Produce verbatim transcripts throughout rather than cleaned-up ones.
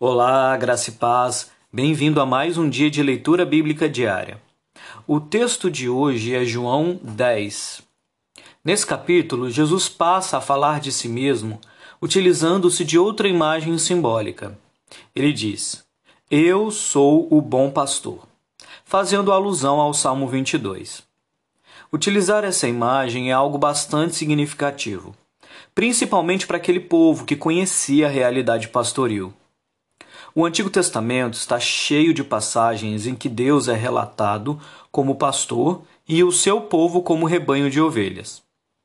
Olá, graça e paz. Bem-vindo a mais um dia de leitura bíblica diária. O texto de hoje é João dez. Nesse capítulo, Jesus passa a falar de si mesmo, utilizando-se de outra imagem simbólica. Ele diz: Eu sou o bom pastor, fazendo alusão ao Salmo vinte e dois. Utilizar essa imagem é algo bastante significativo, principalmente para aquele povo que conhecia a realidade pastoril. O Antigo Testamento está cheio de passagens em que Deus é relatado como pastor e o seu povo como rebanho de ovelhas.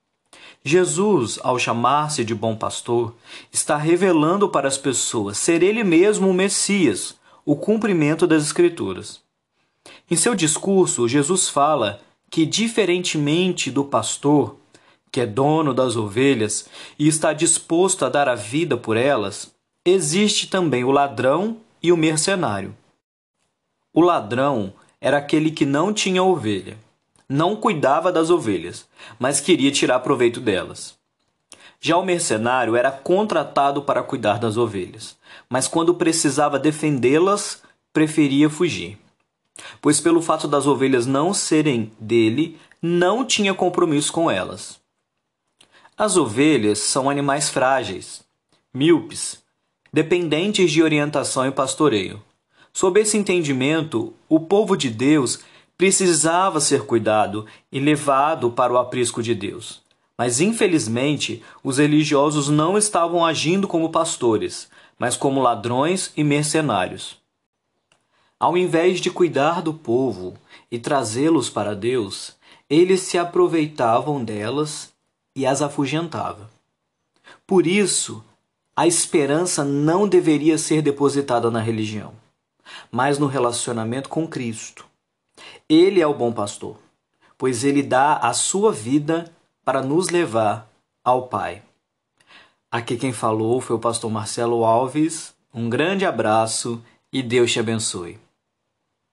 Jesus, ao chamar-se de bom pastor, está revelando para as pessoas ser ele mesmo o Messias, o cumprimento das Escrituras. Em seu discurso, Jesus fala que, diferentemente do pastor, que é dono das ovelhas e está disposto a dar a vida por elas, existe também o ladrão e o mercenário. O ladrão era aquele que não tinha ovelha, não cuidava das ovelhas, mas queria tirar proveito delas. Já o mercenário era contratado para cuidar das ovelhas, mas quando precisava defendê-las, preferia fugir, pois pelo fato das ovelhas não serem dele, não tinha compromisso com elas. As ovelhas são animais frágeis, míopes, dependentes de orientação e pastoreio. Sob esse entendimento, o povo de Deus precisava ser cuidado e levado para o aprisco de Deus. Mas, infelizmente, os religiosos não estavam agindo como pastores, mas como ladrões e mercenários. Ao invés de cuidar do povo e trazê-los para Deus, eles se aproveitavam delas e as afugentavam. Por isso, a esperança não deveria ser depositada na religião, mas no relacionamento com Cristo. Ele é o bom pastor, pois ele dá a sua vida para nos levar ao Pai. Aqui quem falou foi o pastor Marcelo Alves. Um grande abraço e Deus te abençoe.